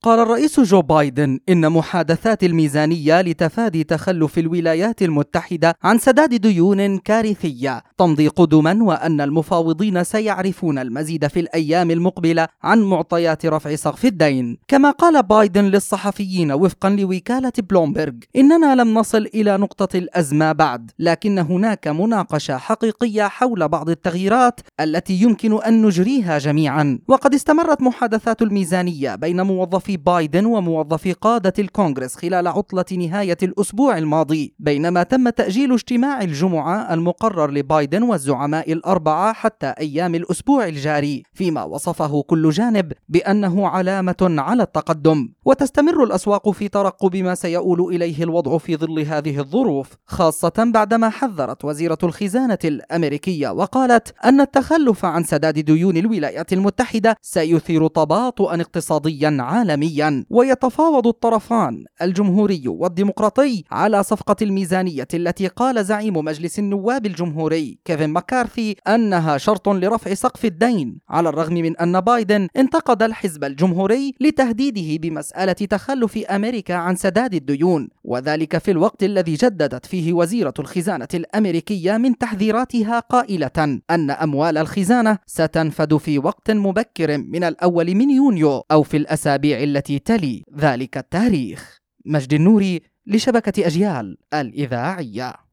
قال الرئيس جو بايدن إن محادثات الميزانية لتفادي تخلف الولايات المتحدة عن سداد ديون كارثية تمضي قدما، وأن المفاوضين سيعرفون المزيد في الأيام المقبلة عن معطيات رفع سقف الدين. كما قال بايدن للصحفيين وفقا لوكالة بلومبرغ: إننا لم نصل إلى نقطة الأزمة بعد، لكن هناك مناقشة حقيقية حول بعض التغييرات التي يمكن أن نجريها جميعا. وقد استمرت محادثات الميزانية بين موظفي بايدن وموظفي قادة الكونغرس خلال عطلة نهاية الأسبوع الماضي، بينما تم تأجيل اجتماع الجمعة المقرر لبايدن والزعماء الأربعة حتى أيام الأسبوع الجاري، فيما وصفه كل جانب بأنه علامة على التقدم. وتستمر الأسواق في ترقب ما سيؤول إليه الوضع في ظل هذه الظروف، خاصة بعدما حذرت وزيرة الخزانة الأمريكية وقالت أن التخلف عن سداد ديون الولايات المتحدة سيثير تباطؤا اقتصاديا عالميا. ويتفاوض الطرفان الجمهوري والديمقراطي على صفقة الميزانية التي قال زعيم مجلس النواب الجمهوري كيفن ماكارثي أنها شرط لرفع سقف الدين، على الرغم من أن بايدن انتقد الحزب الجمهوري لتهديده بمسألة تخلف أمريكا عن سداد الديون، وذلك في الوقت الذي جددت فيه وزيرة الخزانة الأمريكية من تحذيراتها قائلة أن أموال الخزانة ستنفد في وقت مبكر من الأول من يونيو أو في الأسابيع التي تلي ذلك التاريخ. مجد النوري لشبكة أجيال الإذاعية.